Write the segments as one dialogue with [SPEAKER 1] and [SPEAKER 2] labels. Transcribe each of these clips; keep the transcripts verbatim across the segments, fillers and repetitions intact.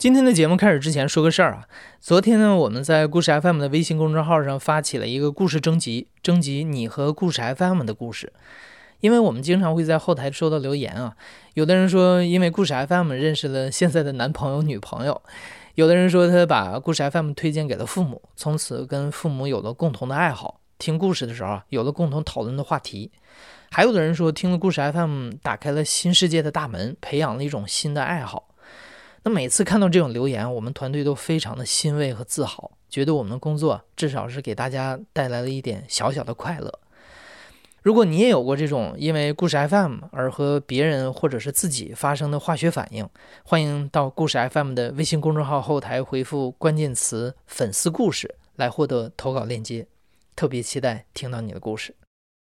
[SPEAKER 1] 今天的节目开始之前说个事儿啊，昨天呢，我们在故事 F M 的微信公众号上发起了一个故事征集，征集你和故事 F M 的故事。因为我们经常会在后台收到留言啊，有的人说因为故事 F M 认识了现在的男朋友女朋友，有的人说他把故事 F M 推荐给了父母，从此跟父母有了共同的爱好，听故事的时候啊，有了共同讨论的话题。还有的人说听了故事 F M 打开了新世界的大门，培养了一种新的爱好。那每次看到这种留言，我们团队都非常的欣慰和自豪，觉得我们的工作至少是给大家带来了一点小小的快乐。如果你也有过这种因为故事 F M 而和别人或者是自己发生的化学反应，欢迎到故事 F M 的微信公众号后台回复关键词粉丝故事来获得投稿链接，特别期待听到你的故事。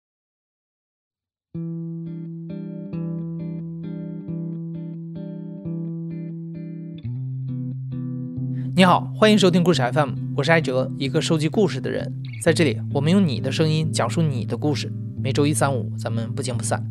[SPEAKER 1] 你好，欢迎收听故事 F M， 我是艾哲，一个收集故事的人。在这里，我们用你的声音讲述你的故事。每周一、三、五，咱们不见不散。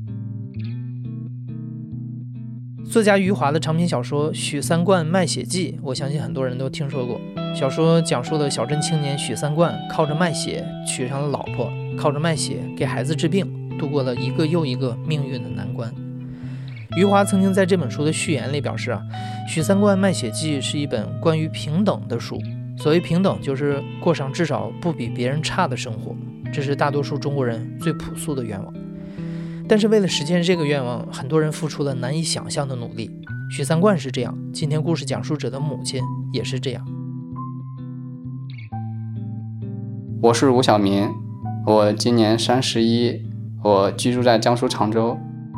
[SPEAKER 1] 作家余华的长篇小说《许三观卖血记》，我相信很多人都听说过。小说讲述了小镇青年许三观靠着卖血娶上了老婆，靠着卖血给孩子治病，度过了一个又一个命运的难关。余华曾经在这本书的序言里表示啊，《许三观卖血记》是一本关于平等的书。所谓平等，就是过上至少不比别人差的生活，这是大多数中国人最朴素的愿望。但是为了实现这个愿望，很多人付出了难以想象的努力。许三观是这样，今天故事讲述者的母亲也是这样。
[SPEAKER 2] 我是吴晓明，我今年三十一，我居住在江苏常州。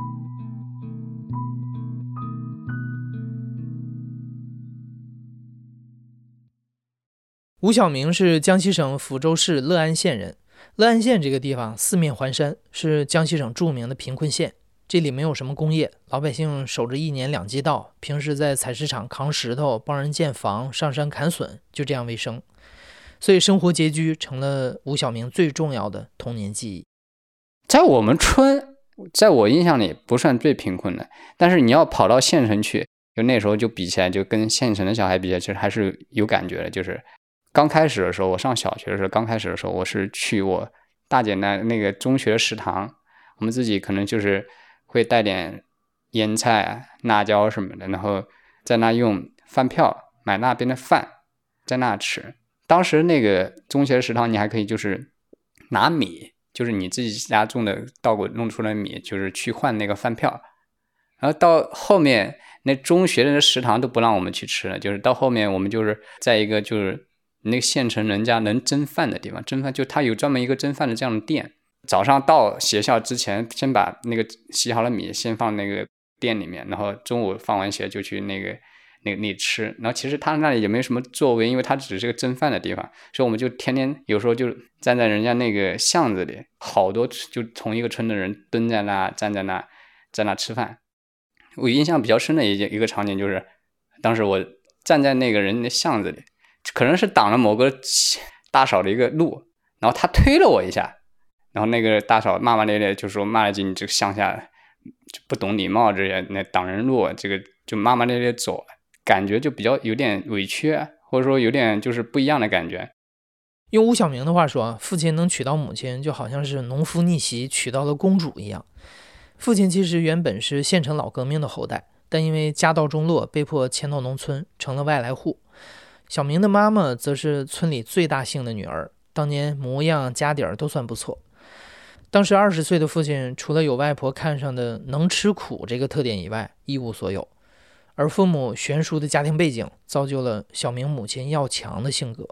[SPEAKER 1] 吴晓明是江西省抚州市乐安县人。乐安县这个地方四面环山，是江西省著名的贫困县。这里没有什么工业，老百姓守着一年两季稻，平时在采石场扛石头，帮人建房，上山砍笋，就这样为生。所以生活拮据成了吴晓明最重要的童年记忆。
[SPEAKER 2] 在我们村，在我印象里不算最贫困的，但是你要跑到县城去，就那时候就比起来，就跟县城的小孩比起来，其实还是有感觉的。就是刚开始的时候，我上小学的时候，刚开始的时候，我是去我大姐那那个中学的食堂，我们自己可能就是会带点腌菜、辣椒什么的，然后在那用饭票买那边的饭，在那吃。当时那个中学的食堂，你还可以就是拿米，就是你自己家种的稻谷弄出来的米，就是去换那个饭票。然后到后面，那中学的食堂都不让我们去吃了，就是到后面我们就是在一个就是那个县城人家能蒸饭的地方，蒸饭就他有专门一个蒸饭的这样的店。早上到学校之前，先把那个洗好了米先放那个店里面，然后中午放完学就去那个那个那吃。然后其实他那里也没什么作为，因为他只是个蒸饭的地方，所以我们就天天有时候就站在人家那个巷子里，好多就同一个村的人蹲在那站在那在那吃饭。我印象比较深的一一个场景就是，当时我站在那个人的巷子里，可能是挡了某个大嫂的一个路，然后他推了我一下，然后那个大嫂骂骂咧咧就说骂了句你这个乡下就不懂礼貌，这些那挡人路，这个就骂骂咧咧走，感觉就比较有点委屈，或者说有点就是不一样的感觉。
[SPEAKER 1] 用吴晓明的话说，父亲能娶到母亲就好像是农夫逆袭娶到了公主一样。父亲其实原本是县城老革命的后代，但因为家道中落，被迫迁到农村，成了外来户。小明的妈妈则是村里最大姓的女儿，当年模样家底儿都算不错。当时二十岁的父亲除了有外婆看上的能吃苦这个特点以外，一无所有。而父母悬殊的家庭背景造就了小明母亲要强的性格。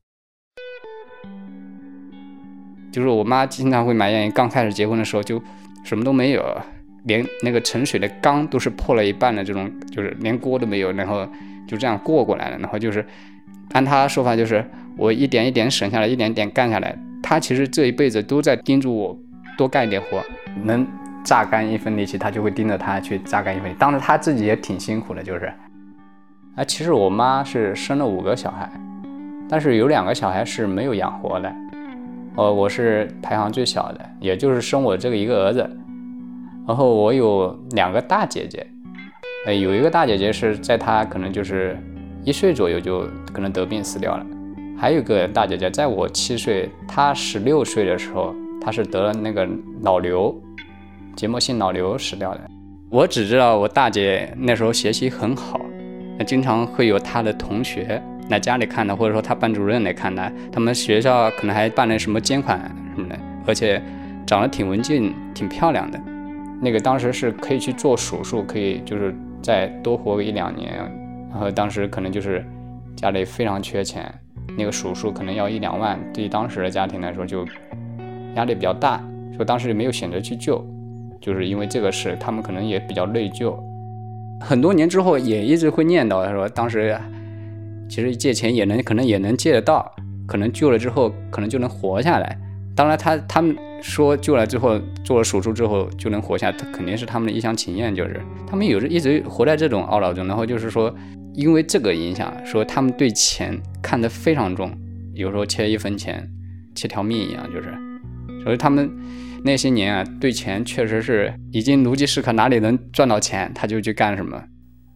[SPEAKER 2] 就是我妈经常会埋怨，刚开始结婚的时候就什么都没有，连那个盛水的缸都是破了一半的这种，就是连锅都没有，然后就这样过过来了。然后就是按他说法，就是我一点一点省下来，一点点干下来。他其实这一辈子都在叮嘱我多干一点活，能榨干一分力气，他就会盯着他去榨干一分力。当时他自己也挺辛苦的，就是啊，其实我妈是生了五个小孩，但是有两个小孩是没有养活的。呃，我是排行最小的，也就是生我这个一个儿子。然后我有两个大姐姐， 呃，有一个大姐姐是在她可能就是一岁左右就可能得病死掉了，还有一个大姐姐在我七岁，她十六岁的时候，她是得了那个脑瘤，结膜性脑瘤死掉的。我只知道我大姐那时候学习很好，经常会有她的同学来家里看她，或者说她班主任来看她，他们学校可能还办了什么捐款什么的，而且长得挺文静挺漂亮的。那个当时是可以去做手术，可以就是再多活个一两年，然后当时可能就是家里非常缺钱，那个手术可能要一两万，对于当时的家庭来说就压力比较大，所以当时也没有选择去救，就是因为这个事他们可能也比较内疚。很多年之后也一直会念叨说当时其实借钱也能可能也能借得到，可能救了之后可能就能活下来。当然他他们说救了之后做了手术之后就能活下来，肯定是他们的一厢情愿，就是他们有一直活在这种懊恼中，然后就是说因为这个影响，说他们对钱看得非常重，有时候切一分钱切条命一样，就是所以他们那些年啊对钱确实是已经如饥似渴，哪里能赚到钱他就去干什么。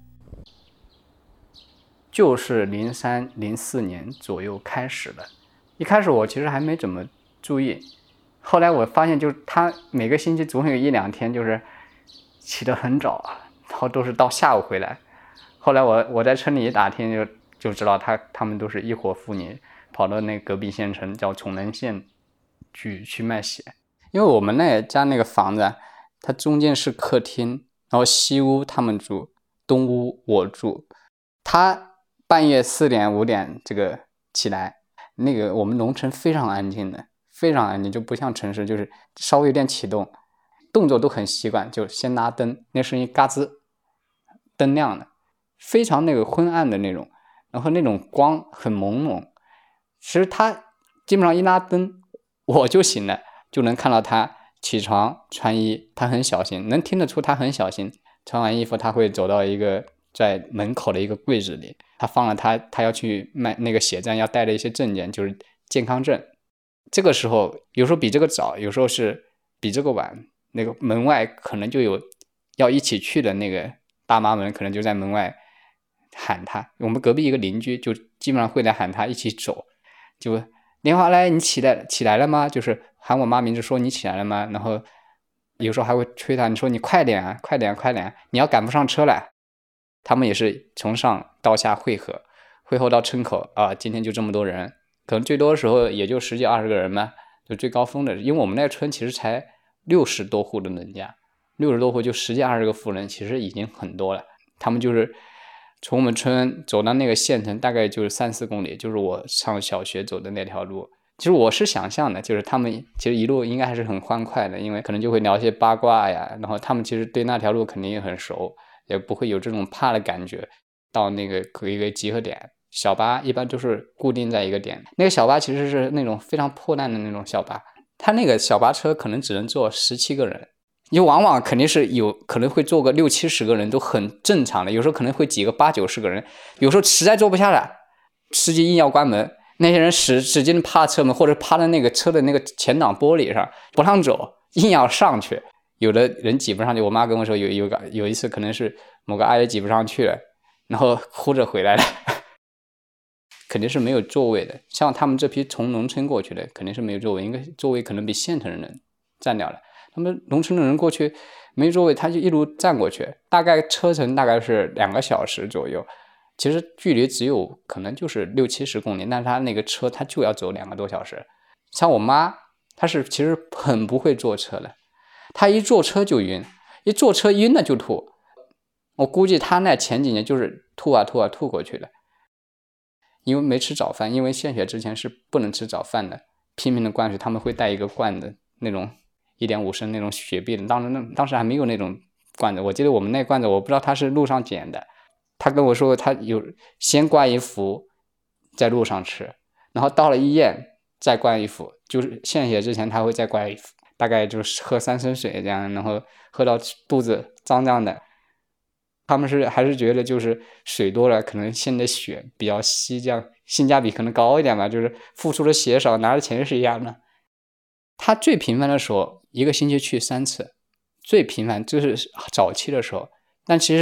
[SPEAKER 2] 就是零三零四年左右开始的，一开始我其实还没怎么注意，后来我发现就是他每个星期总有一两天就是起得很早，然后都是到下午回来。后来我我在村里一打听就就知道他他们都是一伙妇女跑到那隔壁县城叫崇能县去去卖血。因为我们那家那个房子它中间是客厅，然后西屋他们住，东屋我住。他半夜四点五点这个起来，那个我们农村非常安静的，非常安静，就不像城市，就是稍微有点启动动作都很习惯，就先拉灯，那声音嘎吱，灯亮的非常那个昏暗的那种，然后那种光很朦胧。其实他基本上一拉灯我就醒了，就能看到他起床穿衣，他很小心，能听得出他很小心。穿完衣服他会走到一个在门口的一个柜子里，他放了他他要去卖那个血站要带的一些证件，就是健康证。这个时候有时候比这个早，有时候是比这个晚，那个门外可能就有要一起去的那个大妈们可能就在门外喊他，我们隔壁一个邻居就基本上会来喊他一起走，就莲花来你起来起来了吗，就是喊我妈名字说你起来了吗，然后有时候还会催他，你说你快点啊快点啊快点啊，你要赶不上车来。他们也是从上到下汇合，汇合到村口啊，今天就这么多人，可能最多的时候也就十几二十个人嘛，就最高峰的。因为我们那个村其实才六十多户的人家，六十多户就十几二十个妇人，其实已经很多了。他们就是从我们村走到那个县城大概就是三四公里，就是我上小学走的那条路。其实我是想象的，就是他们其实一路应该还是很欢快的，因为可能就会聊一些八卦呀，然后他们其实对那条路肯定也很熟，也不会有这种怕的感觉。到那个一个集合点，小巴一般就是固定在一个点，那个小巴其实是那种非常破烂的那种小巴，他那个小巴车可能只能坐十七个人，你往往肯定是有可能会坐个六七十个人都很正常的，有时候可能会挤个八九十个人，有时候实在坐不下了，司机硬要关门，那些人使使劲趴车门或者趴在那个车的那个前挡玻璃上不让走，硬要上去。有的人挤不上去，我妈跟我说有有个有一次可能是某个阿姨挤不上去了，然后哭着回来了，肯定是没有座位的。像他们这批从农村过去的肯定是没有座位，应该座位可能比县城的人占掉了。他们农村的人过去没座位，他就一路站过去，大概车程大概是两个小时左右，其实距离只有可能就是六七十公里，但是他那个车他就要走两个多小时。像我妈她是其实很不会坐车的，她一坐车就晕，一坐车晕了就吐。我估计她那前几年就是吐啊吐啊吐过去的，因为没吃早饭，因为献血之前是不能吃早饭的，拼命的灌水，他们会带一个罐子，那种一点五升那种雪碧的，当时那当时还没有那种罐子，我记得我们那罐子我不知道他是路上捡的，他跟我说他有先灌一服在路上吃，然后到了医院再灌一服，就是献血之前他会再灌一服，大概就是喝三升水这样，然后喝到肚子胀胀的。他们是还是觉得就是水多了可能献的血比较稀，这样性价比可能高一点吧，就是付出的血少拿的钱是一样的。他最频繁的时候一个星期去三次，最频繁就是早期的时候，但其实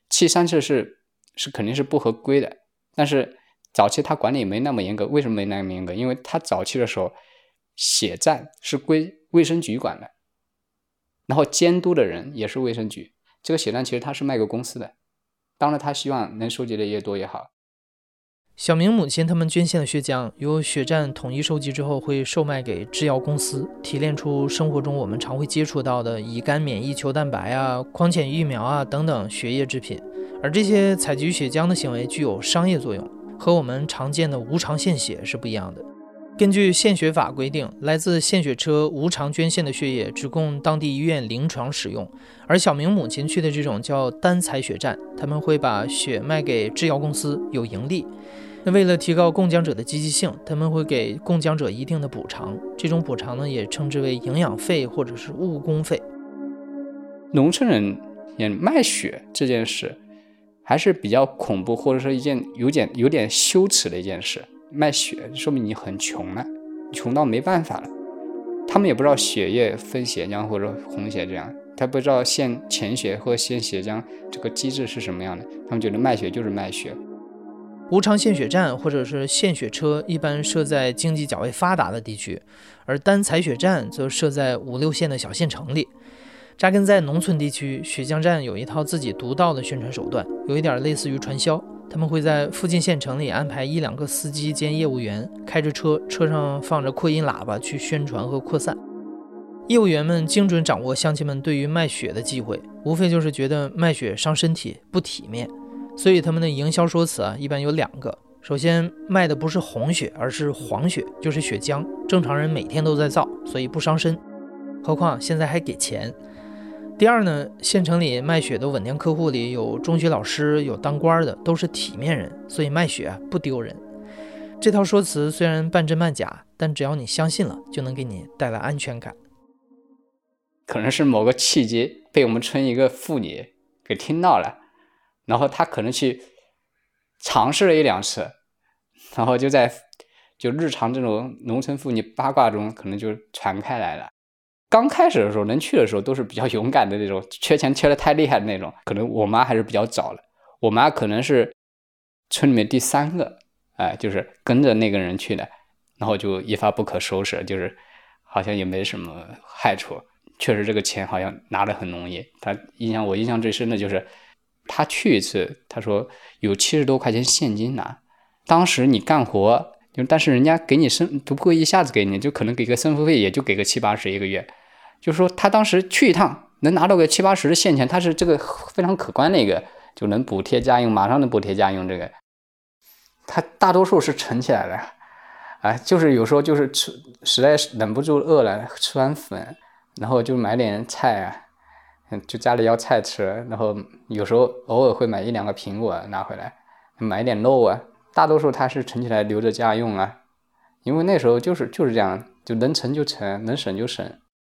[SPEAKER 2] 气三次是是肯定是不合规的，但是早期他管理没那么严格。为什么没那么严格？因为他早期的时候血站是归卫生局管的，然后监督的人也是卫生局。这个血站其实他是卖给公司的，当然他希望能收集的越多越好。
[SPEAKER 1] 小明母亲他们捐献的血浆由血站统一收集之后，会售卖给制药公司，提炼出生活中我们常会接触到的乙肝免疫球蛋白啊、狂犬疫苗啊等等血液制品。而这些采集血浆的行为具有商业作用，和我们常见的无偿献血是不一样的。根据献血法规定，来自献血车无偿捐献的血液只供当地医院临床使用，而小明母亲去的这种叫单采血站，他们会把血卖给制药公司，有盈利。那为了提高供浆者的积极性，他们会给供浆者一定的补偿，这种补偿呢也称之为营养费或者是误工费。
[SPEAKER 2] 农村人也卖血这件事还是比较恐怖，或者说一件有点有点羞耻的一件事。卖血说明你很穷了，穷到没办法了。他们也不知道血液分血浆或者红血这样，他不知道献钱血或献血浆这个机制是什么样的，他们觉得卖血就是卖血。
[SPEAKER 1] 无偿献血站或者是献血车一般设在经济较为发达的地区，而单采血站则设在五六线的小县城里。扎根在农村地区，血浆站有一套自己独到的宣传手段，有一点类似于传销。他们会在附近县城里安排一两个司机兼业务员，开着车，车上放着扩音喇叭去宣传和扩散。业务员们精准掌握乡亲们对于卖血的忌讳，无非就是觉得卖血伤身体不体面，所以他们的营销说辞啊，一般有两个。首先，卖的不是红血，而是黄血，就是血浆，正常人每天都在造，所以不伤身，何况现在还给钱。第二呢，县城里卖血的稳定客户里有中学老师，有当官的，都是体面人，所以卖血不丢人。这套说辞虽然半真半假，但只要你相信了，就能给你带来安全感。
[SPEAKER 2] 可能是某个契机被我们村一个妇女给听到了，然后她可能去尝试了一两次，然后就在就日常这种农村妇女八卦中可能就传开来了。刚开始的时候能去的时候都是比较勇敢的那种，缺钱缺的太厉害的那种。可能我妈还是比较早了，我妈可能是村里面第三个，哎，就是跟着那个人去的，然后就一发不可收拾，就是好像也没什么害处。确实这个钱好像拿得很容易。他印象我印象最深的就是他去一次，他说有七十多块钱现金拿，当时你干活就但是人家给你生不会一下子给你，就可能给个生活费也就给个七八十一个月。就是说他当时去一趟能拿到个七八十的现钱，他是这个非常可观的一个，就能补贴家用，马上能补贴家用。这个他大多数是存起来的，哎，就是有时候就是吃实在忍不住饿了，吃完粉然后就买点菜啊，就家里要菜吃，然后有时候偶尔会买一两个苹果拿回来，买点肉啊，大多数他是存起来留着家用啊。因为那时候就是就是这样，就能存就存，能省就省。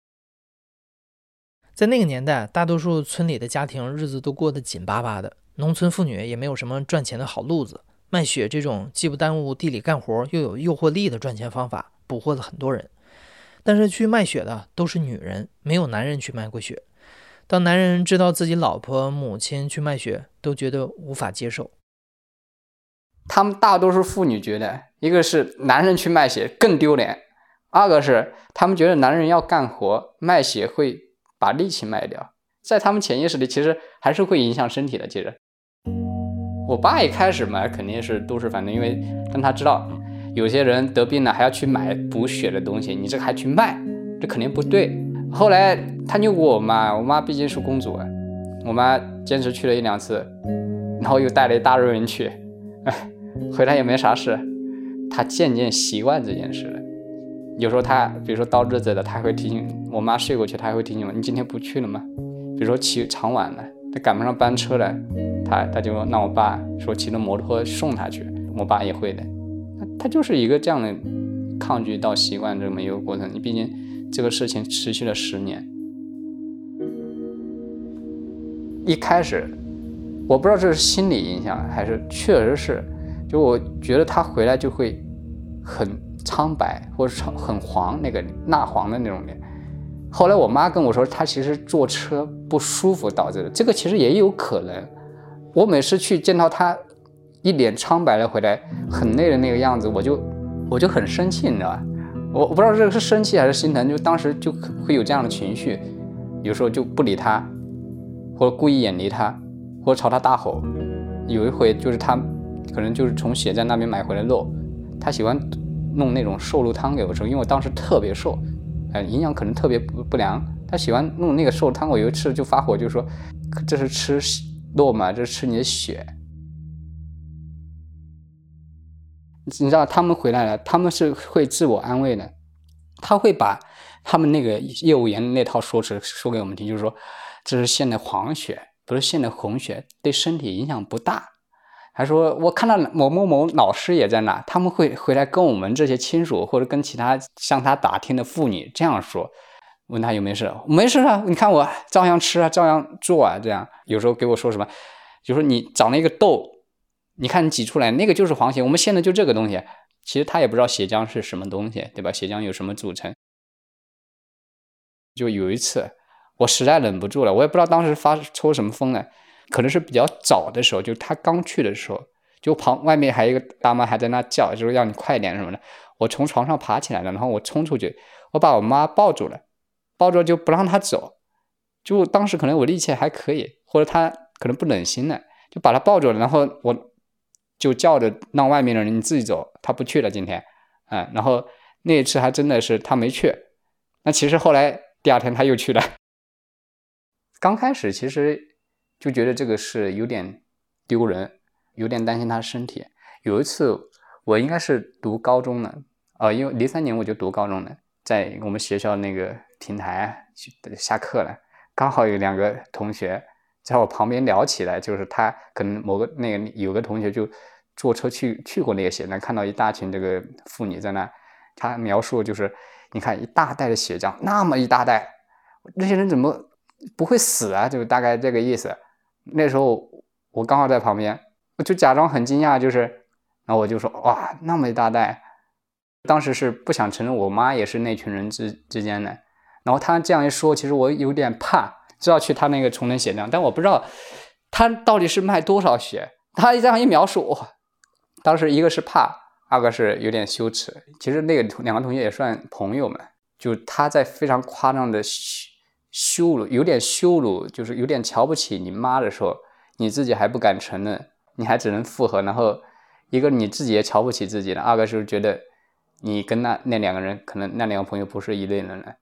[SPEAKER 1] 在那个年代，大多数村里的家庭日子都过得紧巴巴的，农村妇女也没有什么赚钱的好路子，卖血这种既不耽误地里干活又有诱惑力的赚钱方法捕获了很多人。但是去卖血的都是女人，没有男人去卖过血。当男人知道自己老婆母亲去卖血，都觉得无法接受。
[SPEAKER 2] 他们大多数妇女觉得，一个是男人去卖血更丢脸，二个是他们觉得男人要干活，卖血会把力气卖掉。在他们潜意识里其实还是会影响身体的。其实我爸一开始买肯定是都是反正，因为但他知道有些人得病了还要去买补血的东西，你这个还去卖，这肯定不对。后来他拗过我妈，我妈毕竟是公主，我妈坚持去了一两次，然后又带了一大堆人去，回来也没啥事。他渐渐习惯这件事了。有时候他比如说到日子了，他会提醒我妈，睡过去他会提醒我，你今天不去了吗？比如说起长晚了，他赶不上班车了，他他就让我爸说骑着摩托送他去，我爸也会的。他就是一个这样的抗拒到习惯这么一个过程。你毕竟这个事情持续了十年。一开始我不知道这是心理影响还是确实是，就我觉得他回来就会很苍白或者很黄，那个蜡黄的那种脸。后来我妈跟我说她其实坐车不舒服导致的，这个其实也有可能。 我每次去见到他一脸苍白的回来，很累的那个样子，我就我就很生气，你知道吧？我我不知道这个是生气还是心疼，就当时就会有这样的情绪，有时候就不理他，或者故意远离他，或者朝他大吼。有一回就是他可能就是从血站那边买回来肉，他喜欢弄那种瘦肉汤给我吃，因为我当时特别瘦，呃，营养可能特别不不良，他喜欢弄那个瘦肉汤。我有一次就发火，就说这是吃肉吗？这是吃你的血。你知道他们回来了，他们是会自我安慰的，他会把他们那个业务员那套说辞说给我们听，就是说这是现的黄血，不是现的红血，对身体影响不大。还说我看到某某某老师也在那，他们会回来跟我们这些亲属或者跟其他向他打听的妇女这样说。问他有没有事，没事啊，你看我照样吃啊，照样做啊，这样。有时候给我说什么，就说你长了一个痘，你看你挤出来那个就是黄血，我们现在就这个东西。其实他也不知道血浆是什么东西，对吧？血浆有什么组成。就有一次我实在忍不住了，我也不知道当时发抽什么风了，可能是比较早的时候，就他刚去的时候，就旁外面还有一个大妈还在那叫，就是要你快点什么的。我从床上爬起来了，然后我冲出去，我把我妈抱住了，抱住就不让她走。就当时可能我力气还可以，或者她可能不忍心了，就把她抱住了，然后我就叫着让外面的人你自己走，她不去了今天，嗯，然后那一次还真的是她没去。那其实后来第二天她又去了。刚开始其实就觉得这个是有点丢人，有点担心他身体。有一次我应该是读高中了，呃，因为零三年我就读高中了，在我们学校那个亭台下课了，刚好有两个同学在我旁边聊起来，就是他可能某个那个有个同学就坐车去去过那个血站，看到一大群这个妇女在那，他描述就是你看一大袋的血浆，那么一大袋，那些人怎么不会死啊？就大概这个意思。那时候我刚好在旁边，我就假装很惊讶，就是，然后我就说哇，那么一大袋。当时是不想承认我妈也是那群人之之间的，然后他这样一说，其实我有点怕，就要去他那个重能血量，但我不知道他到底是卖多少血。他这样一描述，哇，当时一个是怕，二个是有点羞耻。其实那个两个同学也算朋友们，就他在非常夸张的羞辱，有点羞辱，就是有点瞧不起你妈的时候，你自己还不敢承认，你还只能附和。然后一个你自己也瞧不起自己了，二个是觉得你跟那那两个人，可能那两个朋友不是一类人了。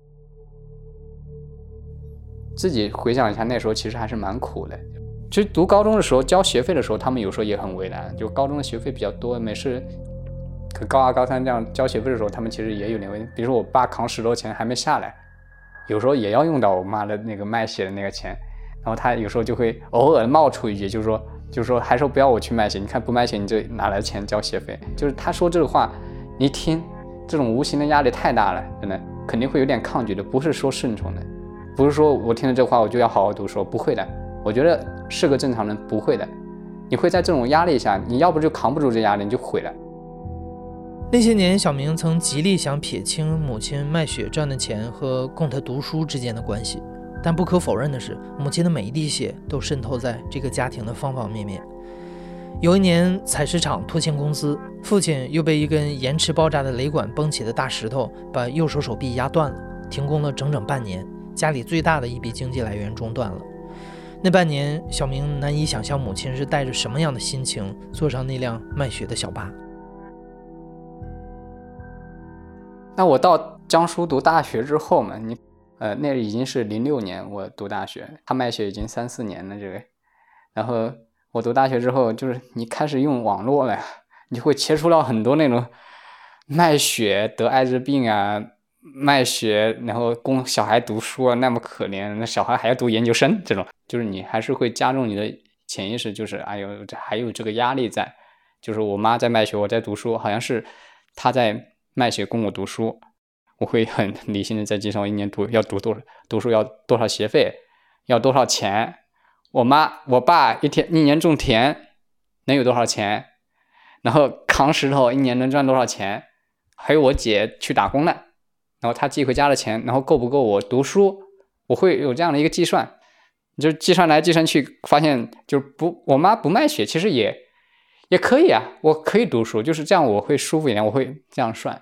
[SPEAKER 2] 自己回想一下，那时候其实还是蛮苦的。其实读高中的时候交学费的时候，他们有时候也很为难，就高中的学费比较多，每次可高二高三这样交学费的时候，他们其实也有点为难。比如说我爸扛石头钱还没下来，有时候也要用到我妈的那个卖血的那个钱，然后他有时候就会偶尔冒出一句，就是说就是说还说不要我去卖血，你看不卖血你就哪来钱交学费。就是他说这个话你一听，这种无形的压力太大了，真的肯定会有点抗拒的，不是说顺从的，不是说我听了这话我就要好好读书，不会的。我觉得是个正常人不会的，你会在这种压力下，你要不就扛不住这压力，你就毁了。
[SPEAKER 1] 那些年，小明曾极力想撇清母亲卖血赚的钱和供他读书之间的关系，但不可否认的是，母亲的每一滴血都渗透在这个家庭的方方面面。有一年，采石场拖欠工资，父亲又被一根延迟爆炸的雷管崩起的大石头把右手手臂压断了，停工了整整半年，家里最大的一笔经济来源中断了。那半年，小明难以想象母亲是带着什么样的心情坐上那辆卖血的小巴。
[SPEAKER 2] 那我到江苏读大学之后嘛，你呃，那已经是零六年我读大学，他卖血已经三四年了这个。然后我读大学之后，就是你开始用网络了，你就会接触到很多那种卖血得艾滋病啊，卖血然后供小孩读书啊，那么可怜，那小孩还要读研究生，这种就是你还是会加重你的潜意识，就是哎呦还有这个压力在，就是我妈在卖血，我在读书，好像是她在卖血供我读书，我会很理性的在计算我一年读要读多少，读书要多少学费，要多少钱，我妈我爸一天一年种田能有多少钱，然后扛石头一年能赚多少钱，还有我姐去打工了，然后她寄回家的钱，然后够不够我读书，我会有这样的一个计算。 就计算来计算去，发现就不，我妈不卖血，其实也也可以啊，我可以读书，就是这样，我会舒服一点，我会这样算。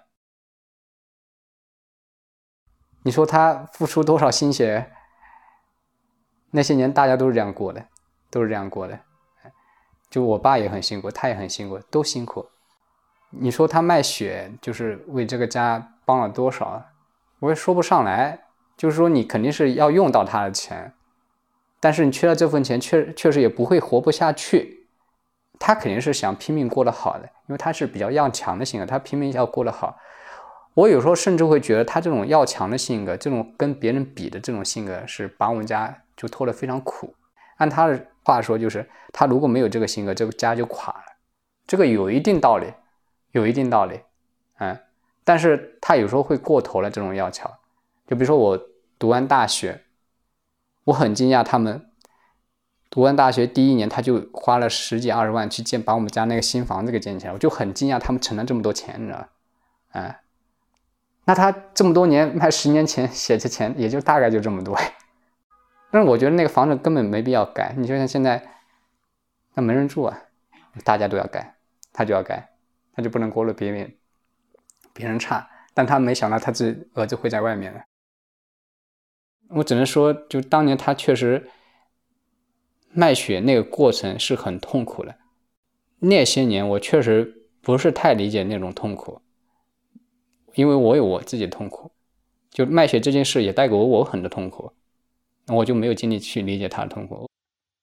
[SPEAKER 2] 你说她付出多少心血？那些年大家都是这样过的，都是这样过的。就我爸也很辛苦，他也很辛苦，都辛苦。你说他卖血就是为这个家帮了多少，我也说不上来。就是说你肯定是要用到他的钱，但是你缺了这份钱，确确实也不会活不下去。他肯定是想拼命过得好的，因为他是比较要强的性格，他拼命要过得好。我有时候甚至会觉得他这种要强的性格，这种跟别人比的这种性格，是把我们家就拖得非常苦。按他的话说，就是他如果没有这个性格，这个家就垮了。这个有一定道理，有一定道理，嗯，但是他有时候会过头了，这种要强。就比如说我读完大学，我很惊讶他们读完大学第一年他就花了十几二十万去建，把我们家那个新房子给建起来，我就很惊讶他们存了这么多钱，你知道吗？嗯，那他这么多年卖十年前写的钱也就大概就这么多。但是我觉得那个房子根本没必要改，你就像现在那没人住啊，大家都要改，他就要改，他就不能过得别人别人差，但他没想到他自己儿子会在外面了。我只能说，就当年他确实卖血那个过程是很痛苦的，那些年我确实不是太理解那种痛苦，因为我有我自己的痛苦，就卖血这件事也带给我我很多痛苦，我就没有精力去理解他的痛苦。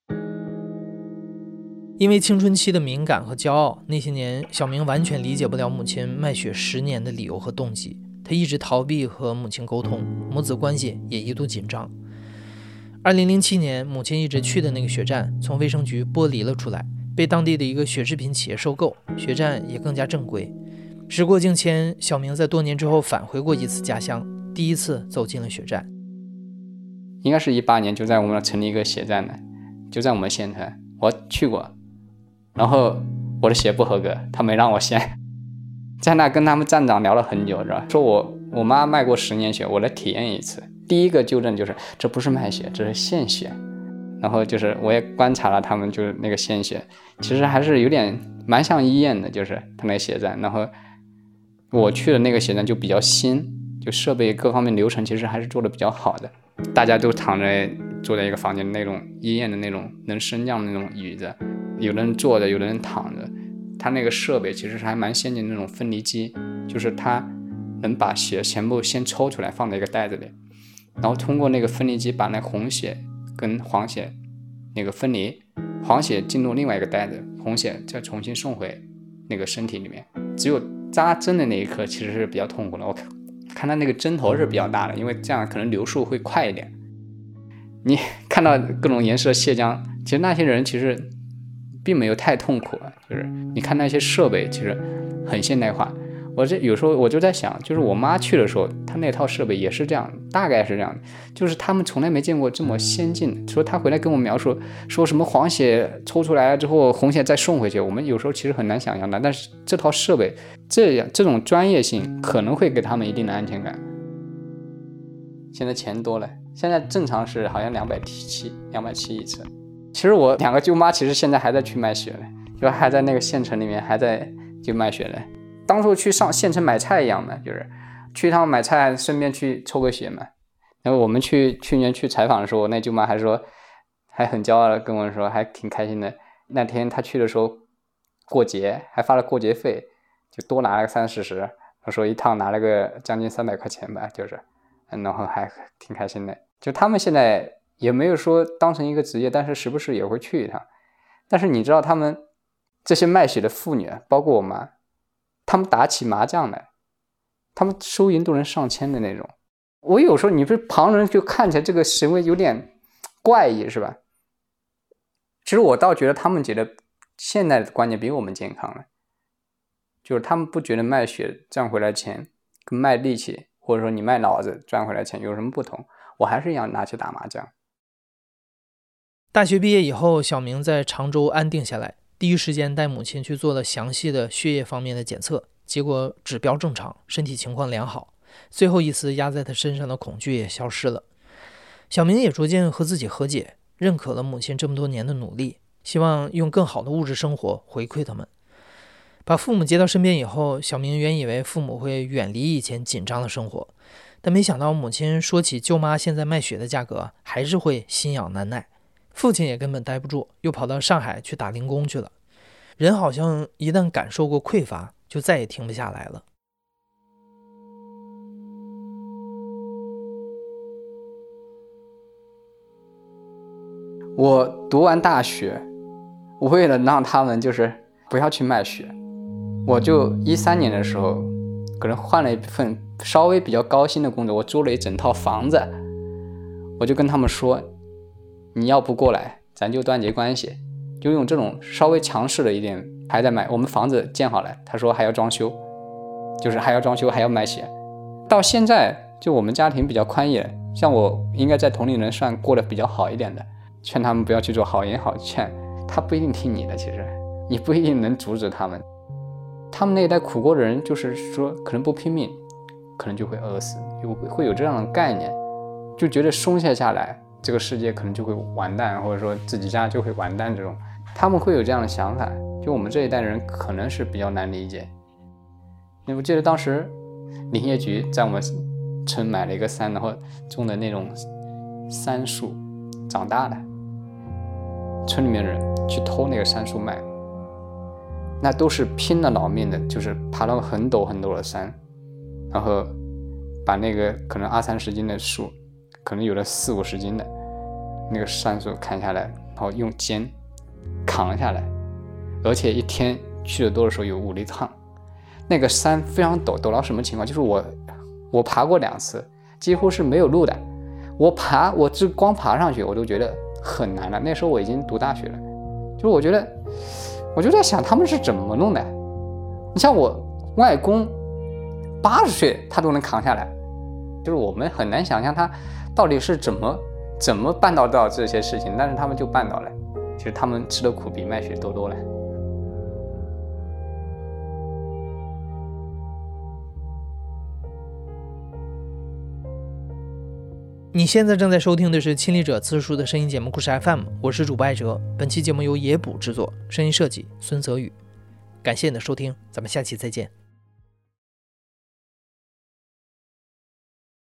[SPEAKER 1] 因为青春期的敏感和骄傲，那些年小明完全理解不了母亲卖血十年的理由和动机，他一直逃避和母亲沟通，母子关系也一度紧张。二零零七年，母亲一直去的那个血站从卫生局剥离了出来，被当地的一个血制品企业收购，血站也更加正规。时过境迁，小明在多年之后返回过一次家乡，第一次走进了血站。
[SPEAKER 2] 应该是一八年，就在我们成立一个血站的，就在我们县城，我去过，然后我的血不合格，他没让我献，在那跟他们站长聊了很久，知道说我我妈卖过十年血，我来体验一次。第一个纠正就是这不是卖血，这是献血。然后就是我也观察了他们就是那个献血，其实还是有点蛮像医院的，就是他那个血站。然后我去的那个血站就比较新，就设备各方面流程其实还是做的比较好的，大家都躺着坐在一个房间，那种医院的那种能升降的那种椅子，有的人坐着，有的人躺着。他那个设备其实是还蛮先进的那种分离机，就是他能把血全部先抽出来放在一个袋子里，然后通过那个分离机把那红血跟黄血那个分离，黄血进入另外一个袋子，红血再重新送回那个身体里面。只有扎针的那一刻其实是比较痛苦的，我看看他那个针头是比较大的，因为这样可能流速会快一点。你看到各种颜色的血浆，其实那些人其实并没有太痛苦，就是你看那些设备其实很现代化。我这有时候我就在想，就是我妈去的时候，她那套设备也是这样，大概是这样，就是他们从来没见过这么先进的。说她回来跟我描述说什么黄血抽出来了之后，红血再送回去，我们有时候其实很难想象的。但是这套设备这样这种专业性可能会给他们一定的安全感。现在钱多了，现在正常是好像两百七两百七一次。其实我两个舅妈其实现在还在去卖血呢，就还在那个县城里面还在去卖血呢。当初去上县城买菜一样的，就是去一趟买菜顺便去抽个血嘛。然后我们去去年去采访的时候，那舅妈还说还很骄傲的跟我说还挺开心的，那天她去的时候过节还发了过节费，就多拿了个三四十，她说一趟拿了个将近三百块钱吧，就是然后还挺开心的。就他们现在也没有说当成一个职业，但是时不时也会去一趟。但是你知道他们这些卖血的妇女，包括我妈，他们打起麻将来，他们收银都能上千的那种。我有时候你不是旁人就看起来这个行为有点怪异是吧？其实我倒觉得他们觉得现在的观念比我们健康了，就是他们不觉得卖血赚回来钱跟卖力气或者说你卖脑子赚回来钱有什么不同，我还是一样拿去打麻将。
[SPEAKER 1] 大学毕业以后，小明在常州安定下来，第一时间带母亲去做了详细的血液方面的检测，结果指标正常，身体情况良好，最后一丝压在他身上的恐惧也消失了。小明也逐渐和自己和解， 认可了母亲这么多年的努力，希望用更好的物质生活回馈他们。把父母接到身边以后，小明原以为父母会远离以前紧张的生活，但没想到母亲说起舅妈现在卖血的价格，还是会心痒难耐。父亲也根本待不住，又跑到上海去打零工去了。人好像一旦感受过匮乏，就再也停不下来了。
[SPEAKER 2] 我读完大学，我为了让他们就是不要去卖血，我就一三年的时候可能换了一份稍微比较高薪的工作，我租了一整套房子，我就跟他们说，你要不过来咱就断绝关系，就用这种稍微强势的一点还在买，我们房子建好了，他说还要装修，就是还要装修还要卖血。到现在就我们家庭比较宽裕，像我应该在同龄人算过得比较好一点的，劝他们不要去做好言好劝，他不一定听你的，其实你不一定能阻止他们。他们那一代苦过的人，就是说可能不拼命可能就会饿死，就会有这样的概念，就觉得松懈下来这个世界可能就会完蛋，或者说自己家就会完蛋，这种他们会有这样的想法，就我们这一代人可能是比较难理解。我记得当时林业局在我们村买了一个山，然后种的那种杉树长大的，村里面人去偷那个杉树卖，那都是拼了老命的，就是爬到很陡很陡的山，然后把那个可能二三十斤的树，可能有的四五十斤的那个杉树砍下来，然后用肩扛下来，而且一天去的多的时候有五里趟。那个山非常陡，陡到什么情况？就是我我爬过两次，几乎是没有路的。我爬，我只光爬上去我都觉得很难了。那时候我已经读大学了，就是我觉得，我就在想他们是怎么弄的。你像我外公八十岁他都能扛下来，就是我们很难想象他到底是怎么怎么办到到这些事情，但是他们就办到了。其实他们吃的苦比卖血多多了。
[SPEAKER 1] 你现在正在收听的是亲历者自述的声音节目故事 F M， 我是主播艾哲，本期节目由野捕制作，声音设计孙泽宇。感谢你的收听，咱们下期再见。